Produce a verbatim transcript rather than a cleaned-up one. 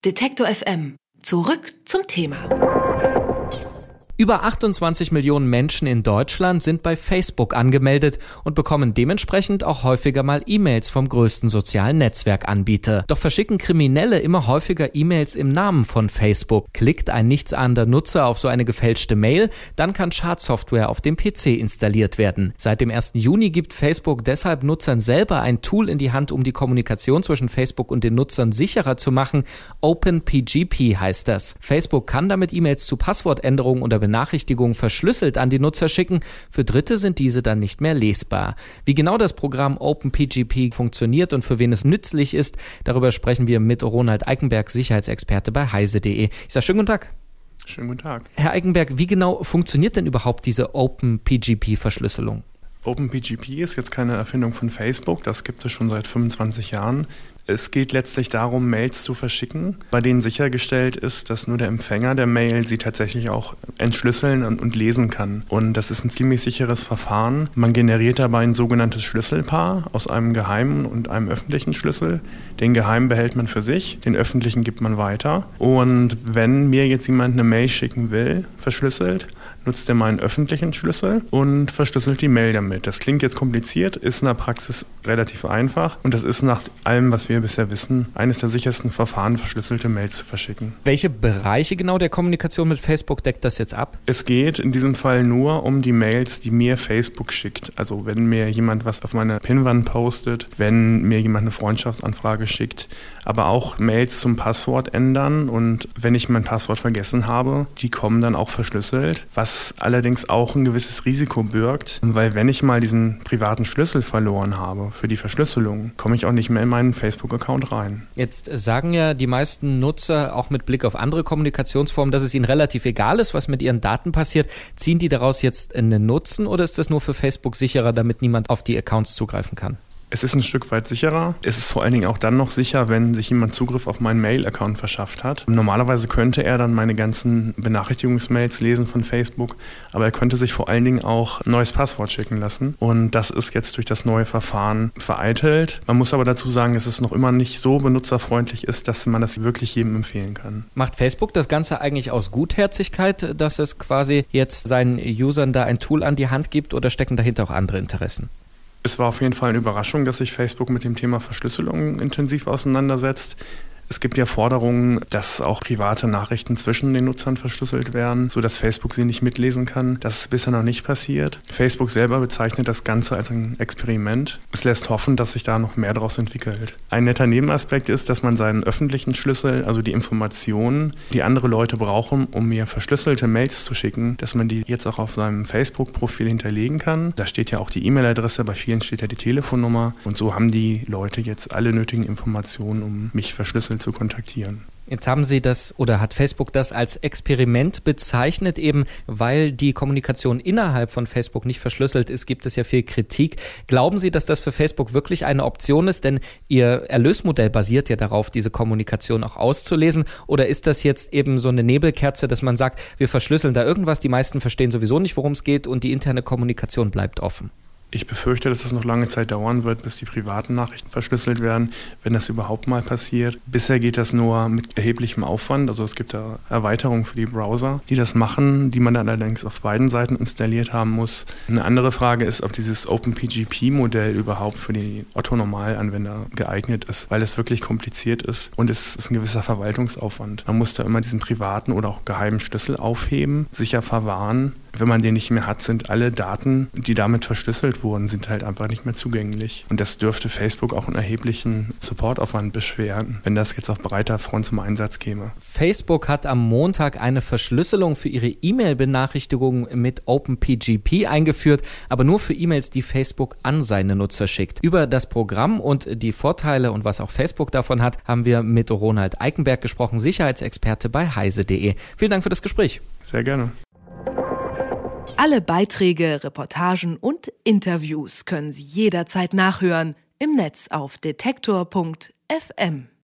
Detektor F M. Zurück zum Thema. Über achtundzwanzig Millionen Menschen in Deutschland sind bei Facebook angemeldet und bekommen dementsprechend auch häufiger mal E-Mails vom größten sozialen Netzwerkanbieter. Doch verschicken Kriminelle immer häufiger E-Mails im Namen von Facebook. Klickt ein nichtsahnender Nutzer auf so eine gefälschte Mail, dann kann Schadsoftware auf dem P C installiert werden. Seit dem ersten Juni gibt Facebook deshalb Nutzern selber ein Tool in die Hand, um die Kommunikation zwischen Facebook und den Nutzern sicherer zu machen. OpenPGP heißt das. Facebook kann damit E-Mails zu Passwortänderungen oder Benachrichtigungen verschlüsselt an die Nutzer schicken. Für Dritte sind diese dann nicht mehr lesbar. Wie genau das Programm OpenPGP funktioniert und für wen es nützlich ist, darüber sprechen wir mit Ronald Eikenberg, Sicherheitsexperte bei heise punkt de. Ich sage schönen guten Tag. Schönen guten Tag. Herr Eikenberg, wie genau funktioniert denn überhaupt diese OpenPGP-Verschlüsselung? OpenPGP ist jetzt keine Erfindung von Facebook, das gibt es schon seit fünfundzwanzig Jahren. Es geht letztlich darum, Mails zu verschicken, bei denen sichergestellt ist, dass nur der Empfänger der Mail sie tatsächlich auch entschlüsseln und, und lesen kann. Und das ist ein ziemlich sicheres Verfahren. Man generiert dabei ein sogenanntes Schlüsselpaar aus einem geheimen und einem öffentlichen Schlüssel. Den geheimen behält man für sich, den öffentlichen gibt man weiter. Und wenn mir jetzt jemand eine Mail schicken will, verschlüsselt, nutzt er meinen öffentlichen Schlüssel und verschlüsselt die Mail damit. Das klingt jetzt kompliziert, ist in der Praxis relativ einfach und das ist nach allem, was wir bisher wissen, eines der sichersten Verfahren, verschlüsselte Mails zu verschicken. Welche Bereiche genau der Kommunikation mit Facebook deckt das jetzt ab? Es geht in diesem Fall nur um die Mails, die mir Facebook schickt. Also wenn mir jemand was auf meine Pinnwand postet, wenn mir jemand eine Freundschaftsanfrage schickt, aber auch Mails zum Passwort ändern und wenn ich mein Passwort vergessen habe, die kommen dann auch verschlüsselt, was allerdings auch ein gewisses Risiko birgt, weil wenn ich mal diesen privaten Schlüssel verloren habe für die Verschlüsselung, komme ich auch nicht mehr in meinen Facebook-Account rein. Jetzt sagen ja die meisten Nutzer, auch mit Blick auf andere Kommunikationsformen, dass es ihnen relativ egal ist, was mit ihren Daten passiert. Ziehen die daraus jetzt einen Nutzen oder ist das nur für Facebook sicherer, damit niemand auf die Accounts zugreifen kann? Es ist ein Stück weit sicherer. Es ist vor allen Dingen auch dann noch sicher, wenn sich jemand Zugriff auf meinen Mail-Account verschafft hat. Normalerweise könnte er dann meine ganzen Benachrichtigungsmails lesen von Facebook, aber er könnte sich vor allen Dingen auch ein neues Passwort schicken lassen. Und das ist jetzt durch das neue Verfahren vereitelt. Man muss aber dazu sagen, dass es noch immer nicht so benutzerfreundlich ist, dass man das wirklich jedem empfehlen kann. Macht Facebook das Ganze eigentlich aus Gutherzigkeit, dass es quasi jetzt seinen Usern da ein Tool an die Hand gibt oder stecken dahinter auch andere Interessen? Es war auf jeden Fall eine Überraschung, dass sich Facebook mit dem Thema Verschlüsselung intensiv auseinandersetzt. Es gibt ja Forderungen, dass auch private Nachrichten zwischen den Nutzern verschlüsselt werden, sodass Facebook sie nicht mitlesen kann. Das ist bisher noch nicht passiert. Facebook selber bezeichnet das Ganze als ein Experiment. Es lässt hoffen, dass sich da noch mehr daraus entwickelt. Ein netter Nebenaspekt ist, dass man seinen öffentlichen Schlüssel, also die Informationen, die andere Leute brauchen, um mir verschlüsselte Mails zu schicken, dass man die jetzt auch auf seinem Facebook-Profil hinterlegen kann. Da steht ja auch die E-Mail-Adresse, bei vielen steht ja die Telefonnummer. Und so haben die Leute jetzt alle nötigen Informationen, um mich verschlüsselt zu kontaktieren. Jetzt haben Sie das oder hat Facebook das als Experiment bezeichnet, eben weil die Kommunikation innerhalb von Facebook nicht verschlüsselt ist, gibt es ja viel Kritik. Glauben Sie, dass das für Facebook wirklich eine Option ist? Denn Ihr Erlösmodell basiert ja darauf, diese Kommunikation auch auszulesen. Oder ist das jetzt eben so eine Nebelkerze, dass man sagt, wir verschlüsseln da irgendwas, die meisten verstehen sowieso nicht, worum es geht und die interne Kommunikation bleibt offen? Ich befürchte, dass es noch lange Zeit dauern wird, bis die privaten Nachrichten verschlüsselt werden, wenn das überhaupt mal passiert. Bisher geht das nur mit erheblichem Aufwand. Also es gibt da Erweiterungen für die Browser, die das machen, die man dann allerdings auf beiden Seiten installiert haben muss. Eine andere Frage ist, ob dieses OpenPGP-Modell überhaupt für die Otto-Normalanwender geeignet ist, weil es wirklich kompliziert ist und es ist ein gewisser Verwaltungsaufwand. Man muss da immer diesen privaten oder auch geheimen Schlüssel aufheben, sicher verwahren. Wenn man den nicht mehr hat, sind alle Daten, die damit verschlüsselt wurden, sind halt einfach nicht mehr zugänglich. Und das dürfte Facebook auch einen erheblichen Supportaufwand beschweren, wenn das jetzt auf breiter Front zum Einsatz käme. Facebook hat am Montag eine Verschlüsselung für ihre E-Mail-Benachrichtigungen mit OpenPGP eingeführt, aber nur für E-Mails, die Facebook an seine Nutzer schickt. Über das Programm und die Vorteile und was auch Facebook davon hat, haben wir mit Ronald Eikenberg gesprochen, Sicherheitsexperte bei heise punkt de. Vielen Dank für das Gespräch. Sehr gerne. Alle Beiträge, Reportagen und Interviews können Sie jederzeit nachhören im Netz auf detektor punkt f m.